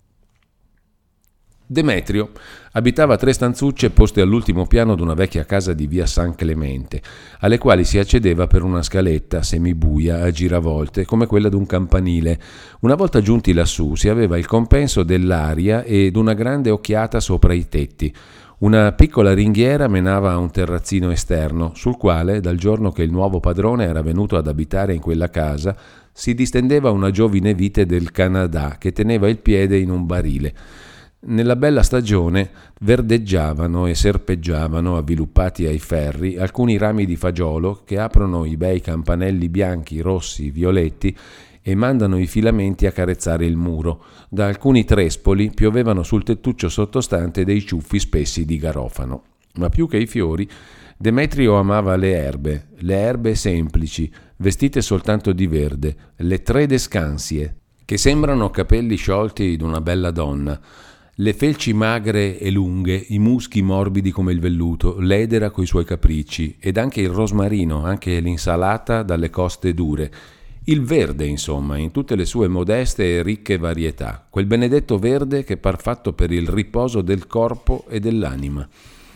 Demetrio abitava tre stanzucce poste all'ultimo piano d'una vecchia casa di via San Clemente, alle quali si accedeva per una scaletta semibuia a giravolte come quella d'un campanile. Una volta giunti lassù si aveva il compenso dell'aria ed una grande occhiata sopra i tetti. Una piccola ringhiera menava a un terrazzino esterno, sul quale, dal giorno che il nuovo padrone era venuto ad abitare in quella casa, si distendeva una giovine vite del Canada che teneva il piede in un barile. Nella bella stagione verdeggiavano e serpeggiavano, avviluppati ai ferri, alcuni rami di fagiolo che aprono i bei campanelli bianchi, rossi, violetti e mandano i filamenti a carezzare il muro. Da alcuni trespoli piovevano sul tettuccio sottostante dei ciuffi spessi di garofano. Ma più che i fiori, Demetrio amava le erbe, le erbe semplici, vestite soltanto di verde, le tre descansie, che sembrano capelli sciolti d'una bella donna, le felci magre e lunghe, i muschi morbidi come il velluto, l'edera coi suoi capricci, ed anche il rosmarino, anche l'insalata dalle coste dure. Il verde, insomma, in tutte le sue modeste e ricche varietà, quel benedetto verde che par fatto per il riposo del corpo e dell'anima.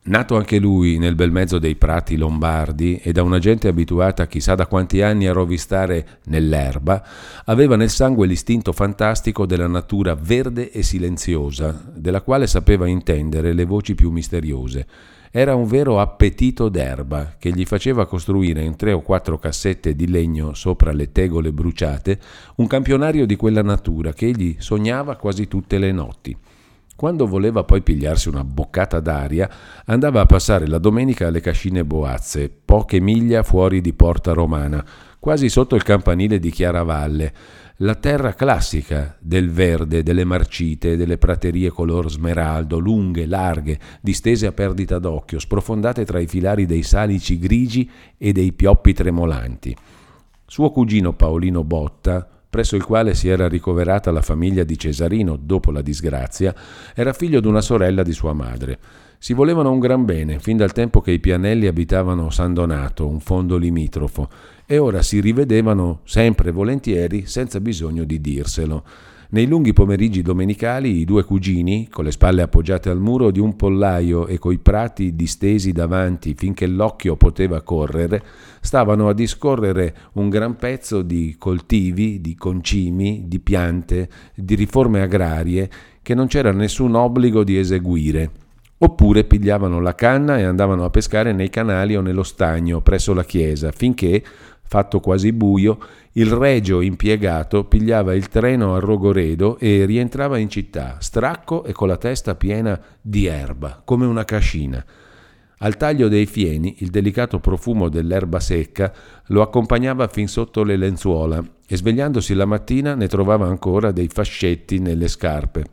Nato anche lui nel bel mezzo dei prati lombardi e da una gente abituata chissà da quanti anni a rovistare nell'erba, aveva nel sangue l'istinto fantastico della natura verde e silenziosa, della quale sapeva intendere le voci più misteriose. Era un vero appetito d'erba che gli faceva costruire in tre o quattro cassette di legno sopra le tegole bruciate un campionario di quella natura che egli sognava quasi tutte le notti. Quando voleva poi pigliarsi una boccata d'aria, andava a passare la domenica alle Cascine Boazze, poche miglia fuori di Porta Romana, quasi sotto il campanile di Chiaravalle, la terra classica del verde, delle marcite, delle praterie color smeraldo, lunghe, larghe, distese a perdita d'occhio, sprofondate tra i filari dei salici grigi e dei pioppi tremolanti. Suo cugino Paolino Botta, presso il quale si era ricoverata la famiglia di Cesarino dopo la disgrazia, era figlio di una sorella di sua madre. Si volevano un gran bene, fin dal tempo che i Pianelli abitavano San Donato, un fondo limitrofo, e ora si rivedevano sempre volentieri senza bisogno di dirselo. Nei lunghi pomeriggi domenicali i due cugini, con le spalle appoggiate al muro di un pollaio e coi prati distesi davanti finché l'occhio poteva correre, stavano a discorrere un gran pezzo di coltivi, di concimi, di piante, di riforme agrarie che non c'era nessun obbligo di eseguire. Oppure pigliavano la canna e andavano a pescare nei canali o nello stagno presso la chiesa, finché, fatto quasi buio, il regio impiegato pigliava il treno a Rogoredo e rientrava in città, stracco e con la testa piena di erba, come una cascina. Al taglio dei fieni il delicato profumo dell'erba secca lo accompagnava fin sotto le lenzuola e svegliandosi la mattina ne trovava ancora dei fascetti nelle scarpe.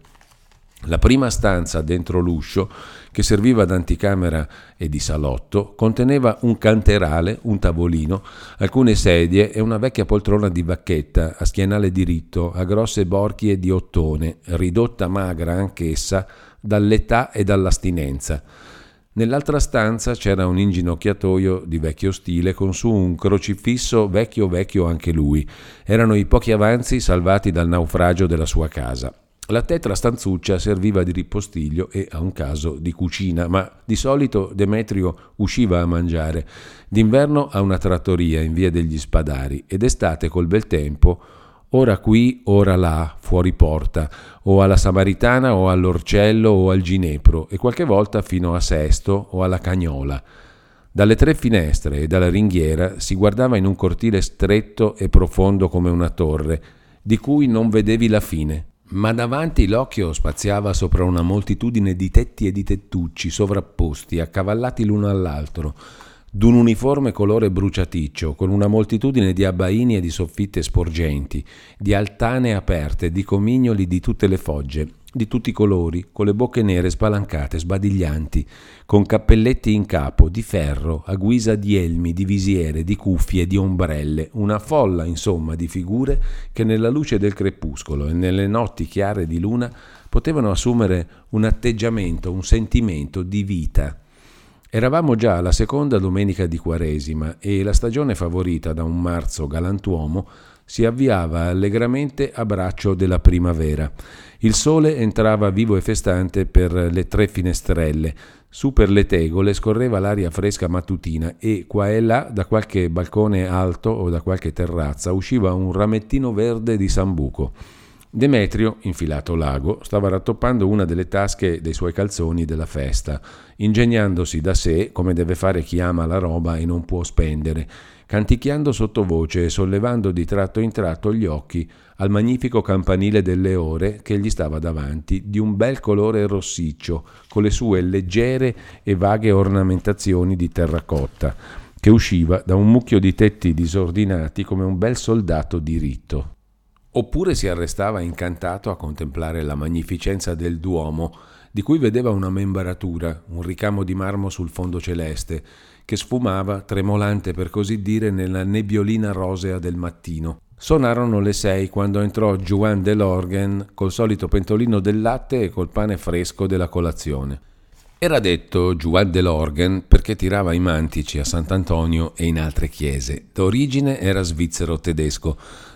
La prima stanza dentro l'uscio, che serviva d'anticamera e di salotto, conteneva un canterale, un tavolino, alcune sedie e una vecchia poltrona di vacchetta a schienale diritto, a grosse borchie di ottone, ridotta magra anch'essa dall'età e dall'astinenza. Nell'altra stanza c'era un inginocchiatoio di vecchio stile con su un crocifisso vecchio vecchio anche lui. Erano i pochi avanzi salvati dal naufragio della sua casa. La tetra stanzuccia serviva di ripostiglio e, a un caso, di cucina, ma di solito Demetrio usciva a mangiare, d'inverno a una trattoria in via degli Spadari e d'estate col bel tempo, ora qui, ora là, fuori porta, o alla Samaritana o all'Orcello o al Ginepro e qualche volta fino a Sesto o alla Cagnola. Dalle tre finestre e dalla ringhiera si guardava in un cortile stretto e profondo come una torre, di cui non vedevi la fine. Ma davanti l'occhio spaziava sopra una moltitudine di tetti e di tettucci sovrapposti, accavallati l'uno all'altro, d'un uniforme colore bruciaticcio, con una moltitudine di abbaini e di soffitte sporgenti, di altane aperte, di comignoli di tutte le fogge, di tutti i colori, con le bocche nere spalancate, sbadiglianti, con cappelletti in capo, di ferro, a guisa di elmi, di visiere, di cuffie, di ombrelle, una folla, insomma, di figure che nella luce del crepuscolo e nelle notti chiare di luna potevano assumere un atteggiamento, un sentimento di vita. Eravamo già alla seconda domenica di Quaresima e la stagione favorita da un marzo galantuomo si avviava allegramente a braccio della primavera. Il sole entrava vivo e festante per le tre finestrelle. Su per le tegole scorreva l'aria fresca mattutina e qua e là, da qualche balcone alto o da qualche terrazza, usciva un ramettino verde di sambuco. Demetrio, infilato l'ago, stava rattoppando una delle tasche dei suoi calzoni della festa, ingegnandosi da sé, come deve fare chi ama la roba e non può spendere, canticchiando sottovoce e sollevando di tratto in tratto gli occhi al magnifico campanile delle ore che gli stava davanti, di un bel colore rossiccio, con le sue leggere e vaghe ornamentazioni di terracotta, che usciva da un mucchio di tetti disordinati come un bel soldato diritto. Oppure si arrestava incantato a contemplare la magnificenza del Duomo, di cui vedeva una membaratura, un ricamo di marmo sul fondo celeste, che sfumava, tremolante per così dire, nella nebbiolina rosea del mattino. Sonarono le sei quando entrò Juan de Lorgen col solito pentolino del latte e col pane fresco della colazione. Era detto Juan de Lorgen perché tirava i mantici a Sant'Antonio e in altre chiese. D'origine era svizzero-tedesco,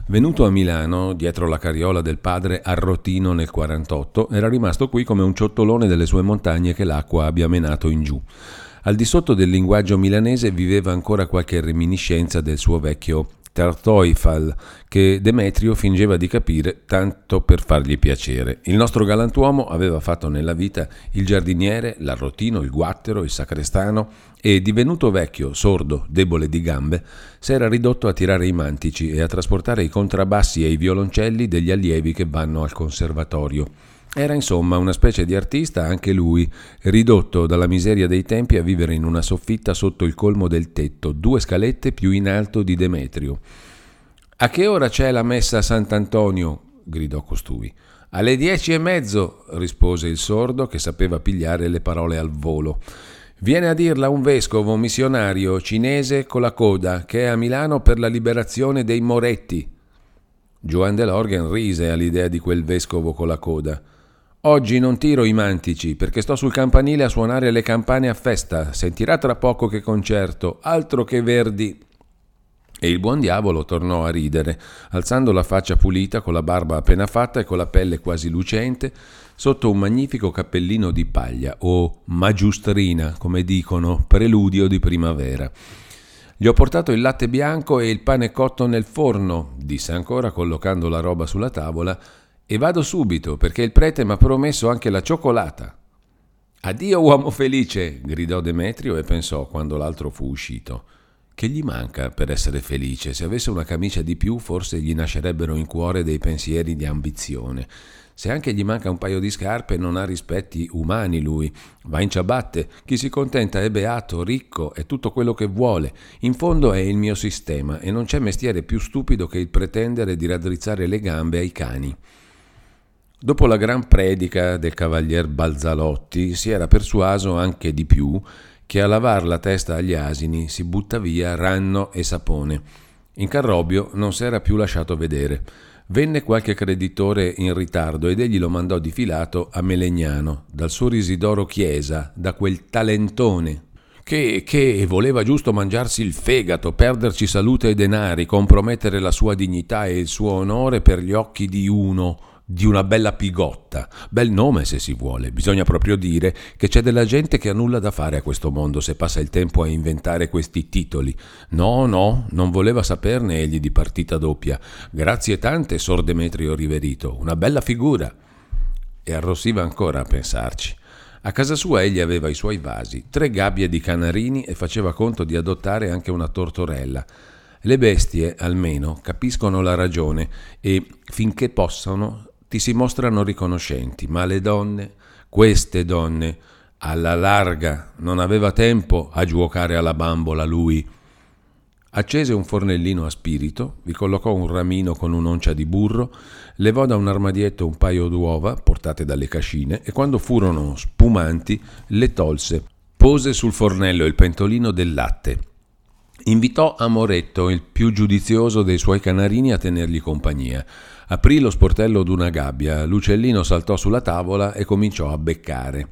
Venuto a Milano, dietro la carriola del padre Arrotino nel quarantotto, era rimasto qui come un ciottolone delle sue montagne che l'acqua abbia menato in giù. Al di sotto del linguaggio milanese viveva ancora qualche reminiscenza del suo vecchio Der Teufel, che Demetrio fingeva di capire tanto per fargli piacere. Il nostro galantuomo aveva fatto nella vita il giardiniere, l'arrotino, il guattero, il sacrestano e, divenuto vecchio, sordo, debole di gambe, s'era ridotto a tirare i mantici e a trasportare i contrabbassi e i violoncelli degli allievi che vanno al conservatorio. Era insomma una specie di artista anche lui, ridotto dalla miseria dei tempi a vivere in una soffitta sotto il colmo del tetto, due scalette più in alto di Demetrio. «A che ora c'è la messa a Sant'Antonio?» gridò costui. «Alle dieci e mezzo», rispose il sordo che sapeva pigliare le parole al volo. «Viene a dirla un vescovo missionario cinese con la coda che è a Milano per la liberazione dei Moretti». Joan de Lorgen rise all'idea di quel vescovo con la coda. «Oggi non tiro i mantici perché sto sul campanile a suonare le campane a festa. Sentirà tra poco che concerto, altro che Verdi». E il buon diavolo tornò a ridere, alzando la faccia pulita con la barba appena fatta e con la pelle quasi lucente sotto un magnifico cappellino di paglia o magiustrina, come dicono, preludio di primavera. «Gli ho portato il latte bianco e il pane cotto nel forno», disse ancora collocando la roba sulla tavola, «e vado subito perché il prete m'ha promesso anche la cioccolata». «Addio uomo felice», gridò Demetrio e pensò, quando l'altro fu uscito, che gli manca per essere felice. Se avesse una camicia di più forse gli nascerebbero in cuore dei pensieri di ambizione. Se anche gli manca un paio di scarpe non ha rispetti umani lui. Va in ciabatte, chi si contenta è beato, ricco, è tutto quello che vuole. In fondo è il mio sistema e non c'è mestiere più stupido che il pretendere di raddrizzare le gambe ai cani. Dopo la gran predica del cavalier Balzalotti si era persuaso anche di più che a lavar la testa agli asini si butta via ranno e sapone. In Carrobio non s'era più lasciato vedere. Venne qualche creditore in ritardo ed egli lo mandò di filato a Melegnano, dal suo Isidoro Chiesa, da quel talentone, che, che voleva giusto mangiarsi il fegato, perderci salute e denari, compromettere la sua dignità e il suo onore per gli occhi di uno, di una bella pigotta. Bel nome se si vuole, bisogna proprio dire che c'è della gente che ha nulla da fare a questo mondo se passa il tempo a inventare questi titoli. No, no, non voleva saperne egli di partita doppia. Grazie tante, sor Demetrio Riverito, una bella figura. E arrossiva ancora a pensarci. A casa sua egli aveva i suoi vasi, tre gabbie di canarini e faceva conto di adottare anche una tortorella. Le bestie, almeno, capiscono la ragione e, finché possono, ti si mostrano riconoscenti, ma le donne, queste donne, alla larga, non aveva tempo a giuocare alla bambola lui. Accese un fornellino a spirito, vi collocò un ramino con un'oncia di burro, levò da un armadietto un paio d'uova portate dalle cascine e quando furono spumanti le tolse. Pose sul fornello il pentolino del latte. Invitò Amoretto, il più giudizioso dei suoi canarini, a tenergli compagnia. Aprì lo sportello d'una gabbia, l'uccellino saltò sulla tavola e cominciò a beccare.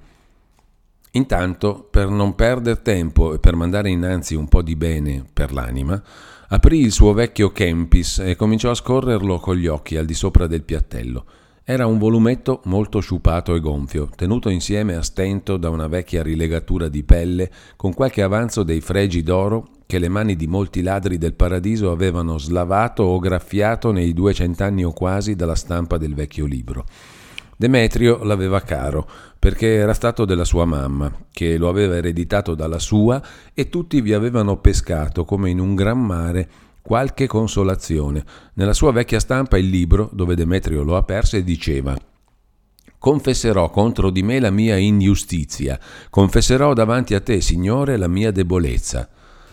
Intanto, per non perder tempo e per mandare innanzi un po' di bene per l'anima, aprì il suo vecchio Kempis e cominciò a scorrerlo con gli occhi al di sopra del piattello. Era un volumetto molto sciupato e gonfio, tenuto insieme a stento da una vecchia rilegatura di pelle con qualche avanzo dei fregi d'oro che le mani di molti ladri del paradiso avevano slavato o graffiato nei due cent'anni o quasi dalla stampa del vecchio libro. Demetrio l'aveva caro perché era stato della sua mamma, che lo aveva ereditato dalla sua, e tutti vi avevano pescato come in un gran mare qualche consolazione. Nella sua vecchia stampa il libro, dove Demetrio lo aperse, diceva: «Confesserò contro di me la mia ingiustizia, confesserò davanti a te, Signore, la mia debolezza».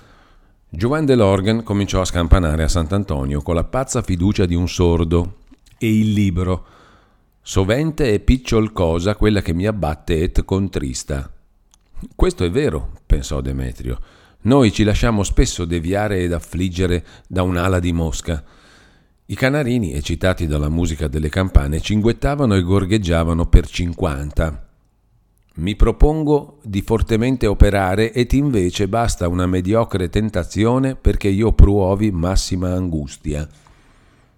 Joan de Lorgen cominciò a scampanare a Sant'Antonio con la pazza fiducia di un sordo e il libro: «Sovente è picciol cosa quella che mi abbatte et contrista». Questo è vero, pensò Demetrio. Noi ci lasciamo spesso deviare ed affliggere da un'ala di mosca. I canarini, eccitati dalla musica delle campane, cinguettavano e gorgheggiavano per cinquanta. Mi propongo di fortemente operare ed invece basta una mediocre tentazione perché io pruovi massima angustia.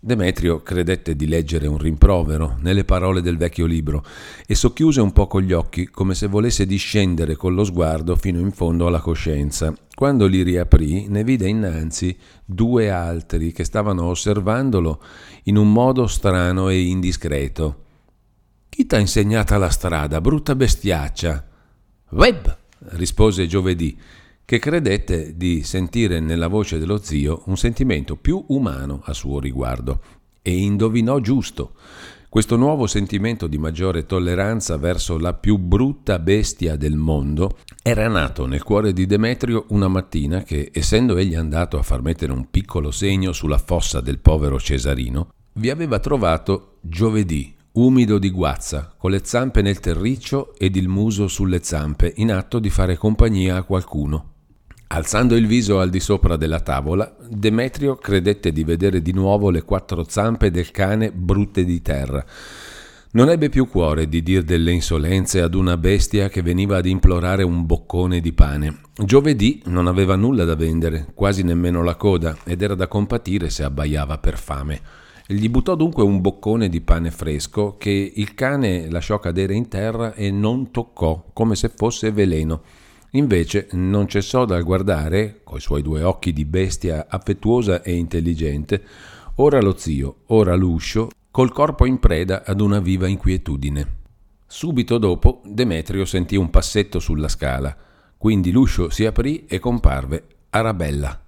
Demetrio credette di leggere un rimprovero nelle parole del vecchio libro e socchiuse un poco gli occhi come se volesse discendere con lo sguardo fino in fondo alla coscienza. Quando li riaprì ne vide innanzi due altri che stavano osservandolo in un modo strano e indiscreto. «Chi t'ha insegnata la strada, brutta bestiaccia?» «Webb!» rispose Giovedì, che credette di sentire nella voce dello zio un sentimento più umano a suo riguardo. E indovinò giusto. Questo nuovo sentimento di maggiore tolleranza verso la più brutta bestia del mondo era nato nel cuore di Demetrio una mattina che, essendo egli andato a far mettere un piccolo segno sulla fossa del povero Cesarino, vi aveva trovato Giovedì, umido di guazza, con le zampe nel terriccio ed il muso sulle zampe, in atto di fare compagnia a qualcuno. Alzando il viso al di sopra della tavola, Demetrio credette di vedere di nuovo le quattro zampe del cane brutte di terra. Non ebbe più cuore di dir delle insolenze ad una bestia che veniva ad implorare un boccone di pane. Giovedì non aveva nulla da vendere, quasi nemmeno la coda, ed era da compatire se abbaiava per fame. Gli buttò dunque un boccone di pane fresco che il cane lasciò cadere in terra e non toccò, come se fosse veleno. Invece non cessò dal guardare, coi suoi due occhi di bestia affettuosa e intelligente, ora lo zio, ora l'uscio, col corpo in preda ad una viva inquietudine. Subito dopo Demetrio sentì un passetto sulla scala, quindi l'uscio si aprì e comparve Arabella.